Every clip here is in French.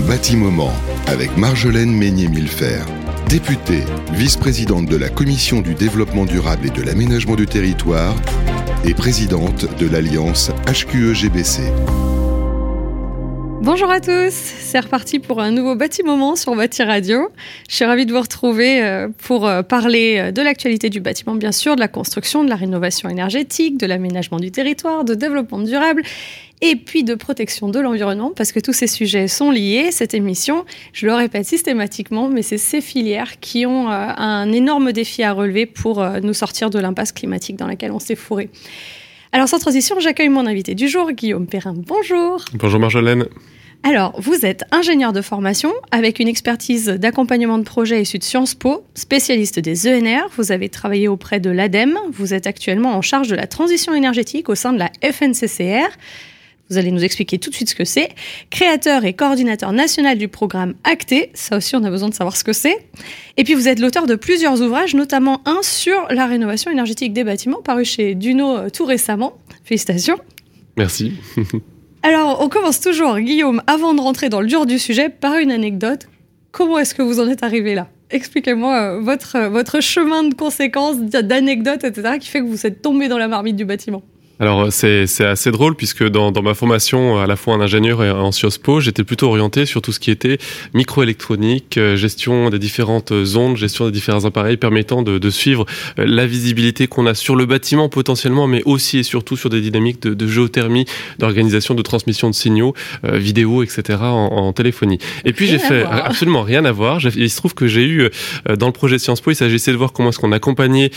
Bâti-Moment avec Marjolaine Meignier-Millefer, députée, vice-présidente de la Commission du développement durable et de l'aménagement du territoire et présidente de l'Alliance HQE-GBC. Bonjour à tous, c'est reparti pour un nouveau Bâti-Moment sur Bâti Radio. Je suis ravie de vous retrouver pour parler de l'actualité du bâtiment, bien sûr, de la construction, de la rénovation énergétique, de l'aménagement du territoire, de développement durable et puis de protection de l'environnement, parce que tous ces sujets sont liés. Cette émission, je le répète systématiquement, mais c'est ces filières qui ont un énorme défi à relever pour nous sortir de l'impasse climatique dans laquelle on s'est fourré. Alors, sans transition, j'accueille mon invité du jour, Guillaume Perrin. Bonjour. Bonjour Marjolaine. Alors, vous êtes ingénieur de formation avec une expertise d'accompagnement de projet issu de Sciences Po, spécialiste des ENR. Vous avez travaillé auprès de l'ADEME. Vous êtes actuellement en charge de la transition énergétique au sein de la FNCCR. Vous allez nous expliquer tout de suite ce que c'est. Créateur et coordinateur national du programme ACTE. Ça aussi, on a besoin de savoir ce que c'est. Et puis, vous êtes l'auteur de plusieurs ouvrages, notamment un sur la rénovation énergétique des bâtiments, paru chez Duno tout récemment. Félicitations. Merci. Alors, on commence toujours, Guillaume, avant de rentrer dans le dur du sujet, par une anecdote. Comment est-ce que vous en êtes arrivé là ? Expliquez-moi votre chemin de conséquences, d'anecdotes, etc., qui fait que vous êtes tombé dans la marmite du bâtiment. Alors c'est assez drôle puisque dans ma formation à la fois en ingénieur et en Sciences Po, j'étais plutôt orienté sur tout ce qui était microélectronique, gestion des différentes ondes, gestion des différents appareils permettant de suivre la visibilité qu'on a sur le bâtiment potentiellement, mais aussi et surtout sur des dynamiques de géothermie, d'organisation de transmission de signaux, vidéo, etc. en téléphonie. Et puis j'ai fait absolument rien à voir. Il se trouve que j'ai eu dans le projet Sciences Po, il s'agissait de voir comment est-ce qu'on accompagnait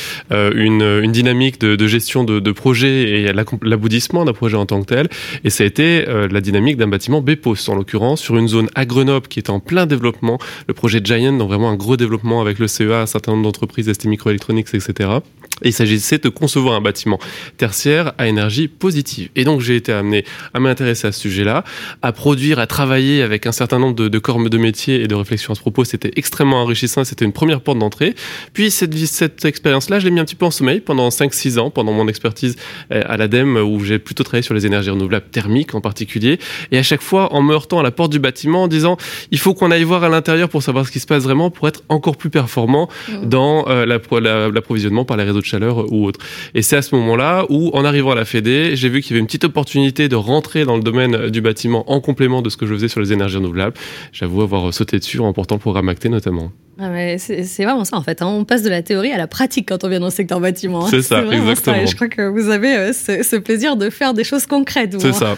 une dynamique de gestion de projet et l'aboutissement d'un projet en tant que tel, et ça a été la dynamique d'un bâtiment BEPOS en l'occurrence, sur une zone à Grenoble qui est en plein développement, le projet Giant, donc vraiment un gros développement avec le CEA, un certain nombre d'entreprises, ST Microelectronics, etc. Et il s'agissait de concevoir un bâtiment tertiaire à énergie positive. Et donc j'ai été amené à m'intéresser à ce sujet-là, à produire, à travailler avec un certain nombre de corps de métier et de réflexions à ce propos. C'était extrêmement enrichissant, c'était une première porte d'entrée. Puis cette expérience-là, je l'ai mis un petit peu en sommeil pendant 5-6 ans, pendant mon expertise à l'ADEME, où j'ai plutôt travaillé sur les énergies renouvelables thermiques en particulier. Et à chaque fois, en me heurtant à la porte du bâtiment, en disant, il faut qu'on aille voir à l'intérieur pour savoir ce qui se passe vraiment, pour être encore plus performant dans l'approvisionnement par les réseaux de chaleur ou autre. Et c'est à ce moment-là où, en arrivant à la FEDE, j'ai vu qu'il y avait une petite opportunité de rentrer dans le domaine du bâtiment en complément de ce que je faisais sur les énergies renouvelables. J'avoue avoir sauté dessus en portant le programme ACTE notamment. Ah mais c'est vraiment ça en fait, hein. On passe de la théorie à la pratique quand on vient dans le secteur bâtiment. Hein. C'est ça, exactement. Ça. Et je crois que vous avez ce plaisir de faire des choses concrètes. C'est ça.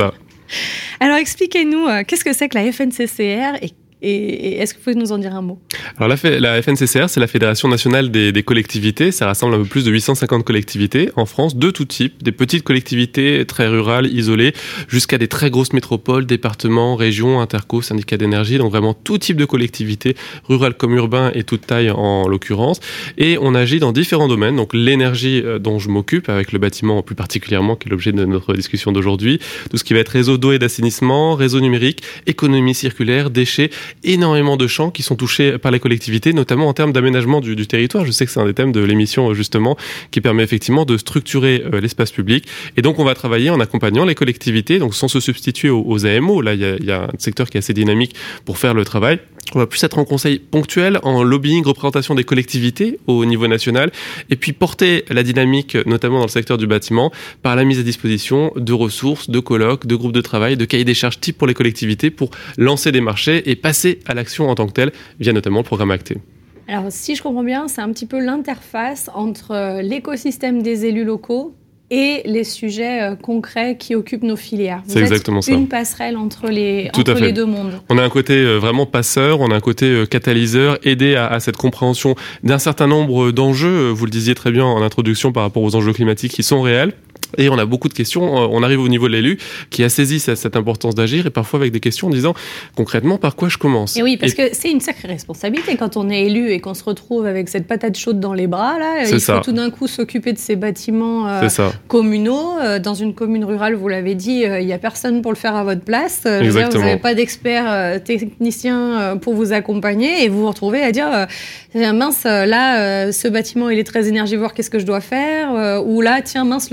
Alors expliquez-nous, qu'est-ce que c'est que la FNCCR et est-ce que vous pouvez nous en dire un mot ? Alors la FNCCR, c'est la Fédération nationale des collectivités. Ça rassemble un peu plus de 850 collectivités en France, de tout type, des petites collectivités très rurales, isolées, jusqu'à des très grosses métropoles, départements, régions, interco, syndicats d'énergie, donc vraiment tout type de collectivités, rurales comme urbains et toute taille en l'occurrence. Et on agit dans différents domaines, donc l'énergie dont je m'occupe, avec le bâtiment plus particulièrement, qui est l'objet de notre discussion d'aujourd'hui, tout ce qui va être réseau d'eau et d'assainissement, réseau numérique, économie circulaire, déchets, énormément de champs qui sont touchés par les collectivités, notamment en termes d'aménagement du territoire. Je sais que c'est un des thèmes de l'émission, justement, qui permet effectivement de structurer l'espace public. Et donc, on va travailler en accompagnant les collectivités, donc sans se substituer aux AMO. Là, il y a un secteur qui est assez dynamique pour faire le travail. On va plus être en conseil ponctuel, en lobbying, représentation des collectivités au niveau national, et puis porter la dynamique, notamment dans le secteur du bâtiment, par la mise à disposition de ressources, de colloques, de groupes de travail, de cahiers des charges type pour les collectivités, pour lancer des marchés et passer à l'action en tant que telle, via notamment le programme ACTE. Alors, si je comprends bien, c'est un petit peu l'interface entre l'écosystème des élus locaux et les sujets concrets qui occupent nos filières. C'est exactement ça. Une passerelle entre les deux mondes. On a un côté vraiment passeur, on a un côté catalyseur, aider à cette compréhension d'un certain nombre d'enjeux. Vous le disiez très bien en introduction par rapport aux enjeux climatiques qui sont réels. Et on a beaucoup de questions, on arrive au niveau de l'élu qui a saisi cette importance d'agir et parfois avec des questions en disant concrètement par quoi je commence. Et oui, parce que c'est une sacrée responsabilité quand on est élu et qu'on se retrouve avec cette patate chaude dans les bras. Là, il faut tout d'un coup s'occuper de ces bâtiments communaux. Dans une commune rurale, vous l'avez dit, il n'y a personne pour le faire à votre place. Vous n'avez pas d'experts techniciens pour vous accompagner et vous vous retrouvez à dire mince, là, ce bâtiment il est très énergivore, qu'est-ce que je dois faire ? Ou là, tiens, mince, le toit de l'église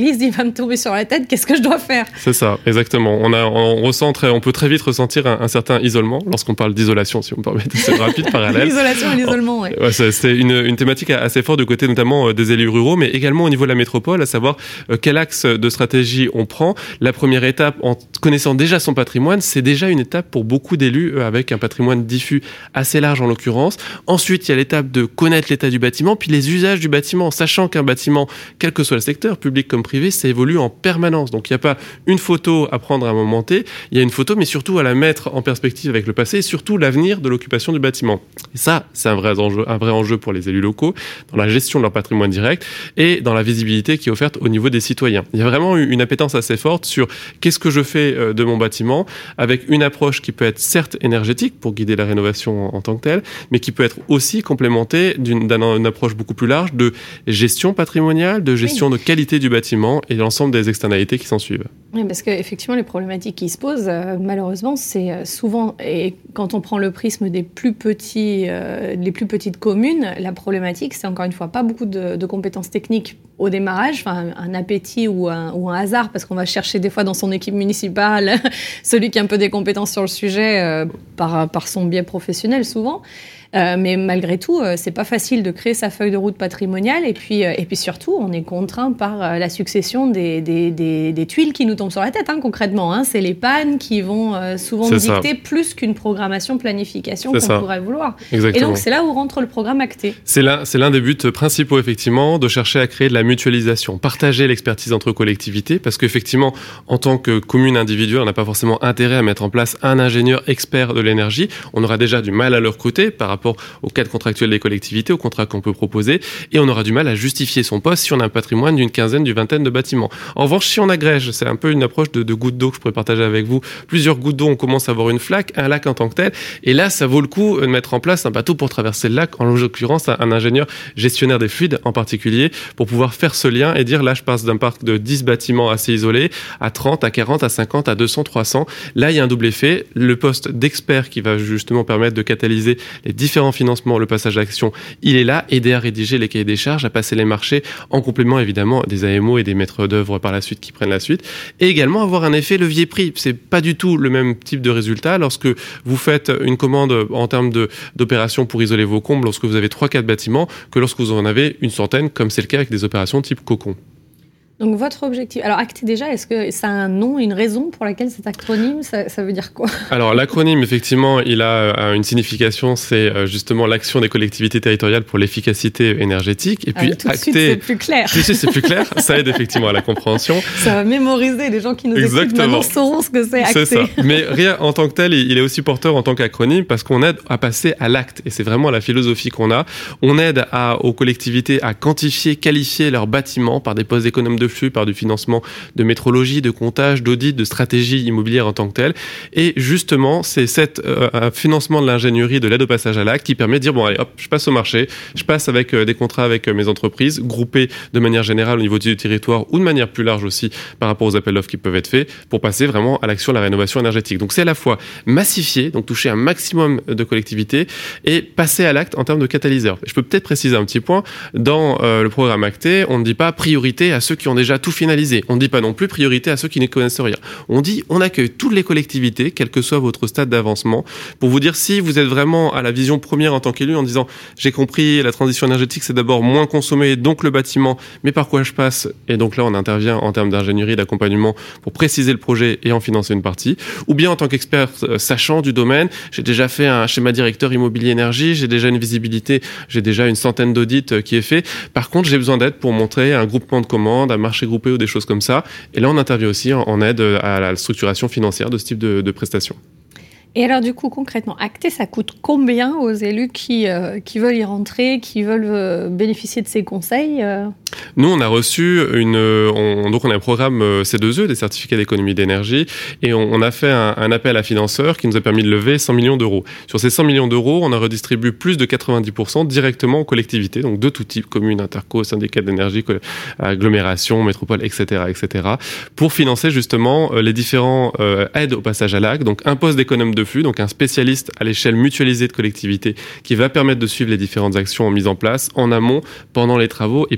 l'église, il va me tomber sur la tête, qu'est-ce que je dois faire? C'est ça, exactement. On peut très vite ressentir un certain isolement lorsqu'on parle d'isolation, si on me permet de faire rapide parallèle. L'isolation et l'isolement, oui. Ouais, c'est une thématique assez forte du côté notamment des élus ruraux, mais également au niveau de la métropole, à savoir quel axe de stratégie on prend. La première étape, en connaissant déjà son patrimoine, c'est déjà une étape pour beaucoup d'élus avec un patrimoine diffus assez large en l'occurrence. Ensuite, il y a l'étape de connaître l'état du bâtiment, puis les usages du bâtiment, sachant qu'un bâtiment, quel que soit le secteur, public comme privé, ça évolue en permanence. Donc il n'y a pas une photo à prendre à un moment T, il y a une photo, mais surtout à la mettre en perspective avec le passé et surtout l'avenir de l'occupation du bâtiment. Et ça, c'est un vrai enjeu pour les élus locaux, dans la gestion de leur patrimoine direct et dans la visibilité qui est offerte au niveau des citoyens. Il y a vraiment une appétence assez forte sur qu'est-ce que je fais de mon bâtiment, avec une approche qui peut être certes énergétique pour guider la rénovation en tant que telle, mais qui peut être aussi complémentée d'une approche beaucoup plus large de gestion patrimoniale, de gestion de qualité du bâtiment et l'ensemble des externalités qui s'en suivent. Oui, parce qu'effectivement, les problématiques qui se posent, malheureusement, c'est souvent, et quand on prend le prisme des plus petites communes, la problématique, c'est encore une fois pas beaucoup de compétences techniques au démarrage, un appétit ou un hasard, parce qu'on va chercher des fois dans son équipe municipale celui qui a un peu des compétences sur le sujet par son biais professionnel souvent. Mais malgré tout, c'est pas facile de créer sa feuille de route patrimoniale et puis surtout, on est contraint par la succession des tuiles qui nous tombent sur la tête, concrètement. C'est les pannes qui vont souvent nous dicter plus qu'une programmation, planification qu'on pourrait vouloir. Exactement. Et donc, c'est là où rentre le programme acté. C'est l'un des buts principaux, effectivement, de chercher à créer de la mutualisation, partager l'expertise entre collectivités, parce qu'effectivement, en tant que commune individuelle, on n'a pas forcément intérêt à mettre en place un ingénieur expert de l'énergie. On aura déjà du mal à le recruter par rapport au cadre contractuel des collectivités, au contrat qu'on peut proposer, et on aura du mal à justifier son poste si on a un patrimoine d'une quinzaine, d'une vingtaine de bâtiments. En revanche, si on agrège, c'est un peu une approche de goutte d'eau que je pourrais partager avec vous, plusieurs gouttes d'eau, on commence à avoir une flaque, un lac en tant que tel, et là, ça vaut le coup de mettre en place un bateau pour traverser le lac, en l'occurrence, un ingénieur gestionnaire des fluides en particulier, pour pouvoir faire ce lien et dire, là, je passe d'un parc de 10 bâtiments assez isolés à 30, à 40, à 50, à 200, 300. Là, il y a un double effet. Le poste d'expert qui va justement permettre de catalyser les différents financements, le passage à l'action, il est là, aider à rédiger les cahiers des charges, à passer les marchés, en complément évidemment des AMO et des maîtres d'œuvre par la suite qui prennent la suite, et également avoir un effet levier prix. C'est pas du tout le même type de résultat lorsque vous faites une commande en termes d'opérations pour isoler vos combles, lorsque vous avez 3-4 bâtiments, que lorsque vous en avez une centaine, comme c'est le cas avec des opérations type cocon. Donc votre objectif, alors acté déjà, est-ce que ça a un nom, une raison pour laquelle cet acronyme, ça veut dire quoi? Alors l'acronyme, effectivement, il a une signification, c'est justement l'action des collectivités territoriales pour l'efficacité énergétique. Et puis tout de suite, c'est plus clair. Tout de suite, c'est plus clair, ça aide effectivement à la compréhension. Ça va mémoriser, les gens qui nous écoutent maintenant sauront ce que c'est acté. C'est ça, mais rien en tant que tel, il est aussi porteur en tant qu'acronyme parce qu'on aide à passer à l'acte. Et c'est vraiment la philosophie qu'on a. On aide aux collectivités à quantifier, qualifier leurs bâtiments par des postes d'économes de flux, par du financement de métrologie, de comptage, d'audit, de stratégie immobilière en tant que telle. Et justement, c'est cet financement de l'ingénierie, de l'aide au passage à l'acte qui permet de dire, bon allez, hop, je passe au marché, je passe avec des contrats avec mes entreprises, groupées de manière générale au niveau du territoire ou de manière plus large aussi par rapport aux appels d'offres qui peuvent être faits pour passer vraiment à l'action de la rénovation énergétique. Donc c'est à la fois massifier, donc toucher un maximum de collectivités et passer à l'acte en termes de catalyseur. Je peux peut-être préciser un petit point, dans le programme acté, on ne dit pas priorité à ceux qui ont déjà tout finalisé. On ne dit pas non plus priorité à ceux qui ne connaissent rien. On dit on accueille toutes les collectivités, quel que soit votre stade d'avancement, pour vous dire si vous êtes vraiment à la vision première en tant qu'élu en disant j'ai compris, la transition énergétique c'est d'abord moins consommer, donc le bâtiment, mais par quoi je passe? Et donc là on intervient en termes d'ingénierie, d'accompagnement pour préciser le projet et en financer une partie. Ou bien en tant qu'expert sachant du domaine, j'ai déjà fait un schéma directeur immobilier énergie, j'ai déjà une visibilité, j'ai déjà une centaine d'audits qui est fait. Par contre j'ai besoin d'aide pour montrer un groupement de commandes, un marché groupé ou des choses comme ça. Et là, on intervient aussi en aide à la structuration financière de ce type de prestations. Et alors du coup, concrètement, acté, ça coûte combien aux élus qui veulent y rentrer, qui veulent bénéficier de ces conseils Nous, on a reçu donc on a un programme C2E, des certificats d'économie d'énergie, et on a fait un appel à financeurs qui nous a permis de lever 100 millions d'euros. Sur ces 100 millions d'euros, on a redistribué plus de 90% directement aux collectivités, donc de tout type, communes, interco, syndicats d'énergie, agglomérations, métropoles, etc., pour financer justement les différents aides au passage à l'acte, donc un poste d'économe de flux, donc un spécialiste à l'échelle mutualisée de collectivités qui va permettre de suivre les différentes actions mises en place en amont, pendant les travaux et post-travaux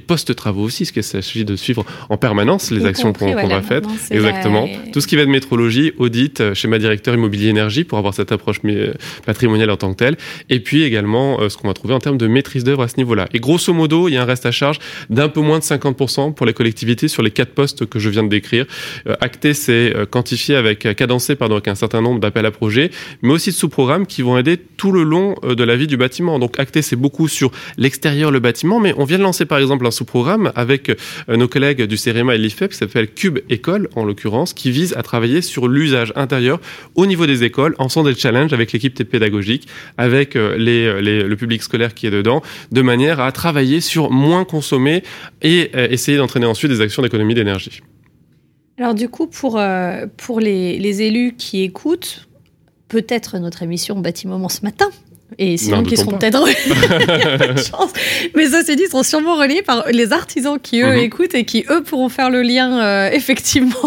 travaux aussi, parce qu'il s'agit de suivre en permanence les actions qu'on va faire. Exactement. Tout ce qui va être métrologie, audit, schéma directeur immobilier énergie pour avoir cette approche patrimoniale en tant que telle. Et puis également ce qu'on va trouver en termes de maîtrise d'œuvre à ce niveau-là. Et grosso modo, il y a un reste à charge d'un peu moins de 50% pour les collectivités sur les 4 postes que je viens de décrire. Acté, c'est quantifié cadencé avec un certain nombre d'appels à projets, mais aussi de sous-programmes qui vont aider tout le long de la vie du bâtiment. Donc Acté, c'est beaucoup sur l'extérieur, le bâtiment, mais on vient de lancer par exemple un sous-programme avec nos collègues du CEREMA et l'IFEP qui s'appelle Cube École, en l'occurrence, qui vise à travailler sur l'usage intérieur au niveau des écoles, en faisant des challenges avec l'équipe pédagogique, avec le public scolaire qui est dedans, de manière à travailler sur moins consommer et essayer d'entraîner ensuite des actions d'économie d'énergie. Alors du coup, pour les élus qui écoutent, peut-être notre émission Bâtiment ce matin, et sinon qui seront peut-être il y a pas de chance, mais ceci dit, seront sûrement relayés par les artisans qui eux écoutent et qui eux pourront faire le lien effectivement.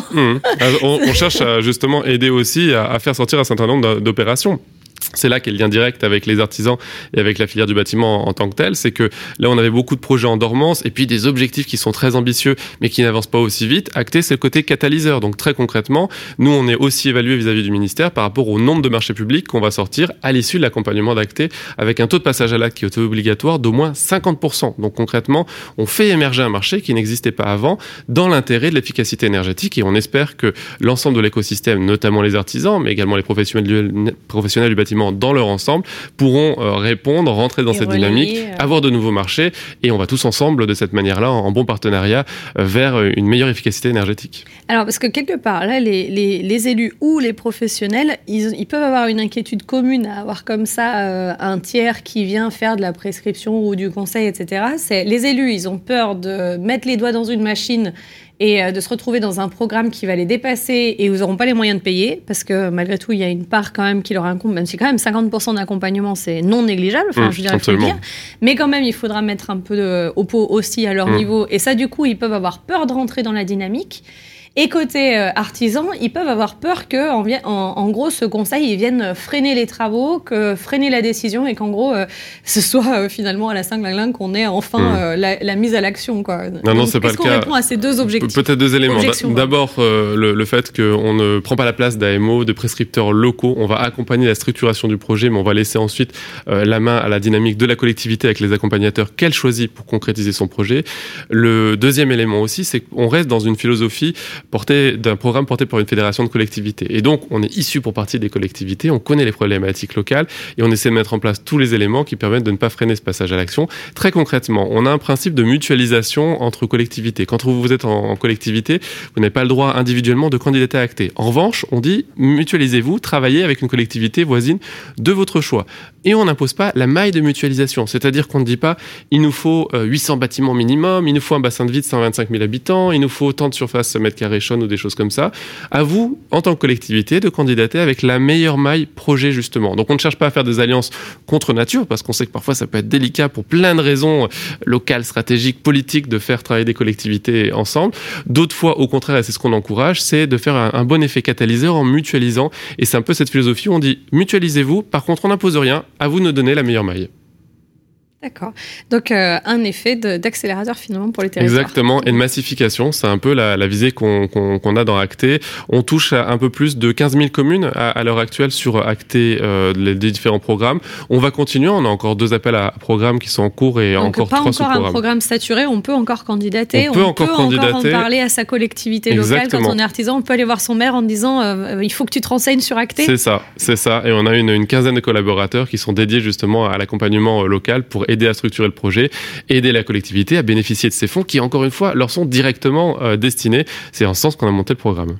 On cherche à justement aider aussi à faire sortir un certain nombre d'opérations. C'est là qu'est le lien direct avec les artisans et avec la filière du bâtiment en tant que telle. C'est que là, on avait beaucoup de projets en dormance et puis des objectifs qui sont très ambitieux mais qui n'avancent pas aussi vite. Acté, c'est le côté catalyseur. Donc très concrètement, nous, on est aussi évalué vis-à-vis du ministère par rapport au nombre de marchés publics qu'on va sortir à l'issue de l'accompagnement d'Acté avec un taux de passage à l'acte qui est obligatoire d'au moins 50%. Donc concrètement, on fait émerger un marché qui n'existait pas avant dans l'intérêt de l'efficacité énergétique et on espère que l'ensemble de l'écosystème, notamment les artisans, mais également les professionnels du bâtiment dans leur ensemble, pourront répondre, rentrer dans cette dynamique, avoir de nouveaux marchés, et on va tous ensemble, de cette manière-là, en bon partenariat, vers une meilleure efficacité énergétique. Alors, parce que quelque part, là, les élus ou les professionnels, ils peuvent avoir une inquiétude commune à avoir comme ça un tiers qui vient faire de la prescription ou du conseil, etc. Les élus, ils ont peur de mettre les doigts dans une machine et de se retrouver dans un programme qui va les dépasser et où ils n'auront pas les moyens de payer, parce que malgré tout, il y a une part quand même qui leur incombe, même si quand même 50% d'accompagnement, c'est non négligeable, enfin je dirais, il faut le dire. Mais quand même, il faudra mettre un peu au pot aussi à leur niveau. Et ça, du coup, ils peuvent avoir peur de rentrer dans la dynamique. Et côté artisans, ils peuvent avoir peur que, en gros, ce conseil, ils viennent freiner les travaux, freiner la décision et qu'en gros, ce soit finalement à la cingling qu'on ait enfin la mise à l'action, quoi. Non, c'est pas le cas. Est-ce qu'on répond à ces deux objectifs ? Peut-être deux éléments. D'abord, le fait qu'on ne prend pas la place d'AMO, de prescripteurs locaux. On va accompagner la structuration du projet, mais on va laisser ensuite la main à la dynamique de la collectivité avec les accompagnateurs qu'elle choisit pour concrétiser son projet. Le deuxième élément aussi, c'est qu'on reste dans une philosophie d'un programme porté par une fédération de collectivités. Et donc, on est issu pour partie des collectivités, on connaît les problématiques locales et on essaie de mettre en place tous les éléments qui permettent de ne pas freiner ce passage à l'action. Très concrètement, on a un principe de mutualisation entre collectivités. Quand vous êtes en collectivité, vous n'avez pas le droit individuellement de candidater à Acté. En revanche, on dit mutualisez-vous, travaillez avec une collectivité voisine de votre choix. Et on n'impose pas la maille de mutualisation. C'est-à-dire qu'on ne dit pas il nous faut 800 bâtiments minimum, il nous faut un bassin de vie de 125 000 habitants, il nous faut tant de surface mètres carrés ou des choses comme ça. À vous, en tant que collectivité, de candidater avec la meilleure maille projet, justement. Donc, on ne cherche pas à faire des alliances contre nature, parce qu'on sait que parfois, ça peut être délicat pour plein de raisons locales, stratégiques, politiques, de faire travailler des collectivités ensemble. D'autres fois, au contraire, et c'est ce qu'on encourage, c'est de faire un bon effet catalyseur en mutualisant. Et c'est un peu cette philosophie où on dit mutualisez-vous, par contre, on n'impose rien, à vous de nous donner la meilleure maille. D'accord. Donc, un effet d'accélérateur finalement pour les territoires. Exactement. Et de massification, c'est un peu la visée qu'on a dans Acté. On touche à un peu plus de 15 000 communes à l'heure actuelle sur Acté, les différents programmes. On va continuer. On a encore 2 appels à programmes qui sont en cours et donc, encore 3 sous-programmes. Pas encore un programme saturé. On peut encore candidater. On peut encore en parler à sa collectivité locale. Exactement. Quand on est artisan, on peut aller voir son maire en disant il faut que tu te renseignes sur Acté. C'est ça. Et on a une quinzaine de collaborateurs qui sont dédiés justement à l'accompagnement local pour aider à structurer le projet, aider la collectivité à bénéficier de ces fonds qui, encore une fois, leur sont directement destinés. C'est en ce sens qu'on a monté le programme.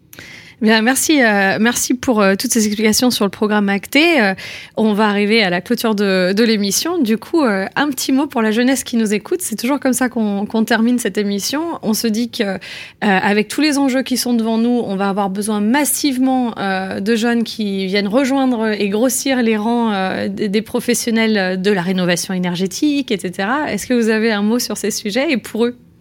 Bien, merci pour toutes ces explications sur le programme Acté. On va arriver à la clôture de l'émission. Du coup, un petit mot pour la jeunesse qui nous écoute. C'est toujours comme ça qu'on termine cette émission. On se dit que avec tous les enjeux qui sont devant nous, on va avoir besoin massivement de jeunes qui viennent rejoindre et grossir les rangs des professionnels de la rénovation énergétique, etc. Est-ce que vous avez un mot sur ces sujets et pour eux ?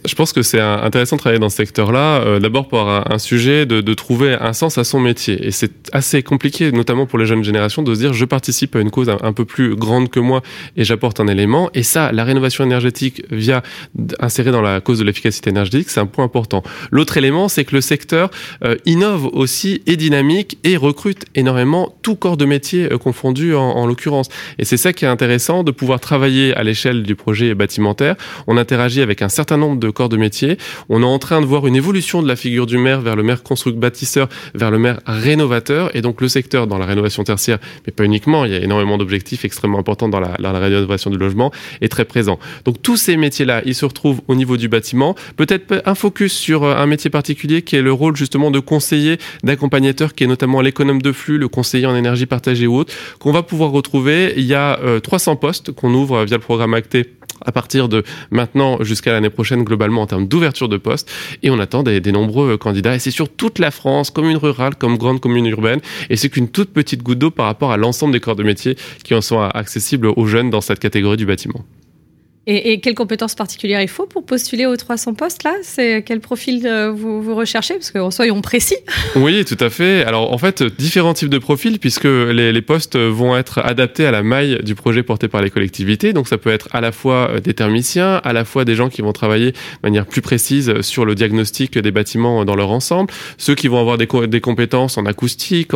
Je pense que c'est intéressant de travailler dans ce secteur-là, d'abord pour un sujet de trouver un sens à son métier. Et c'est assez compliqué, notamment pour les jeunes générations, de se dire je participe à une cause un peu plus grande que moi et j'apporte un élément. Et ça, la rénovation énergétique via insérer dans la cause de l'efficacité énergétique, c'est un point important. L'autre élément, c'est que le secteur innove aussi, est dynamique et recrute énormément, tout corps de métier confondu en l'occurrence. Et c'est ça qui est intéressant, de pouvoir travailler à l'échelle du projet bâtimentaire. On interagit avec un certain nombre de corps de métier. On est en train de voir une évolution de la figure du maire vers le maire construct-bâtisseur, vers le maire rénovateur. Et donc le secteur dans la rénovation tertiaire, mais pas uniquement, il y a énormément d'objectifs extrêmement importants dans la rénovation du logement, est très présent. Donc tous ces métiers-là, ils se retrouvent au niveau du bâtiment. Peut-être un focus sur un métier particulier qui est le rôle justement de conseiller, d'accompagnateur, qui est notamment l'économe de flux, le conseiller en énergie partagée ou autre, qu'on va pouvoir retrouver. Il y a 300 postes qu'on ouvre via le programme Acté à partir de maintenant jusqu'à l'année prochaine globalement en termes d'ouverture de postes, et on attend des nombreux candidats, et c'est sur toute la France, commune rurale comme grande commune urbaine, et c'est qu'une toute petite goutte d'eau par rapport à l'ensemble des corps de métier qui en sont accessibles aux jeunes dans cette catégorie du bâtiment. Et quelles compétences particulières il faut pour postuler aux 300 postes là ? C'est quel profil vous recherchez ? Parce que soyons précis. Oui, tout à fait. Alors en fait, différents types de profils, puisque les postes vont être adaptés à la maille du projet porté par les collectivités. Donc ça peut être à la fois des thermiciens, à la fois des gens qui vont travailler de manière plus précise sur le diagnostic des bâtiments dans leur ensemble, ceux qui vont avoir des compétences en acoustique,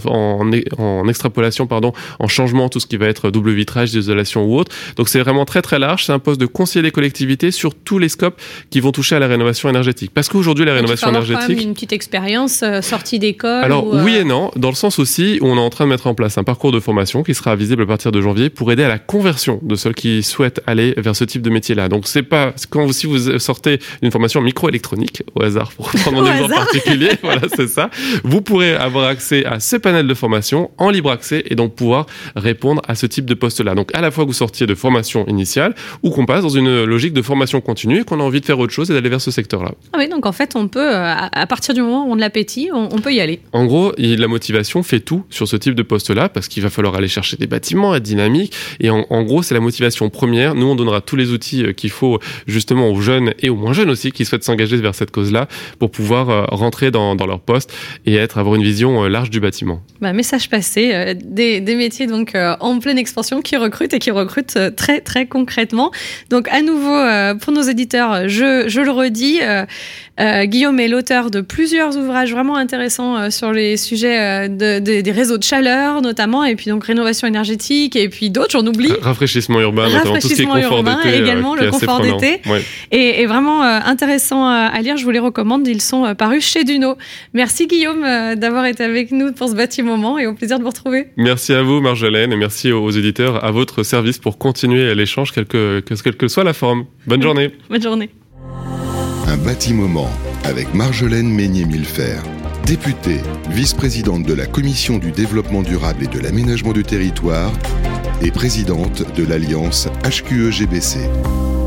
en extrapolation, en changement, tout ce qui va être double vitrage, isolation ou autre. Donc c'est vraiment très très large. C'est un poste de conseiller des collectivités sur tous les scopes qui vont toucher à la rénovation énergétique. Parce qu'aujourd'hui, la rénovation énergétique... quand même une petite expérience sortie d'école. Alors oui et non, dans le sens aussi où on est en train de mettre en place un parcours de formation qui sera visible à partir de janvier pour aider à la conversion de ceux qui souhaitent aller vers ce type de métier-là. Donc c'est pas si vous sortez d'une formation microélectronique, au hasard pour prendre un exemple particulier, voilà c'est ça, vous pourrez avoir accès à ce panel de formation en libre accès et donc pouvoir répondre à ce type de poste-là. Donc à la fois que vous sortiez de formation initiale ou qu'on passe dans une logique de formation continue et qu'on a envie de faire autre chose et d'aller vers ce secteur-là. Ah oui, donc en fait, on peut, à partir du moment où on a l'appétit, on peut y aller. En gros, la motivation fait tout sur ce type de poste-là parce qu'il va falloir aller chercher des bâtiments, être dynamique. Et en gros, c'est la motivation première. Nous, on donnera tous les outils qu'il faut justement aux jeunes et aux moins jeunes aussi qui souhaitent s'engager vers cette cause-là pour pouvoir rentrer dans leur poste et avoir une vision large du bâtiment. Message passé, des métiers donc en pleine expansion qui recrutent et qui recrutent très très concrètement. Donc à nouveau, pour nos éditeurs, je le redis, Guillaume est l'auteur de plusieurs ouvrages vraiment intéressants sur les sujets des réseaux de chaleur notamment, et puis donc rénovation énergétique, et puis d'autres, j'en oublie. Rafraîchissement urbain, notamment tout ce qui est confort d'été. Également, le confort d'été. Ouais. Et vraiment intéressant à lire, je vous les recommande, ils sont parus chez Duno. Merci Guillaume d'avoir été avec nous pour ce bâtiment moment et au plaisir de vous retrouver. Merci à vous Marjolaine et merci aux éditeurs à votre service pour continuer l'échange quelle que soit la forme. Bonne journée. Bonne journée. Un bâtiment avec Marjolaine Meignier-Millefer, députée, vice-présidente de la Commission du développement durable et de l'aménagement du territoire et présidente de l'Alliance HQE-GBC.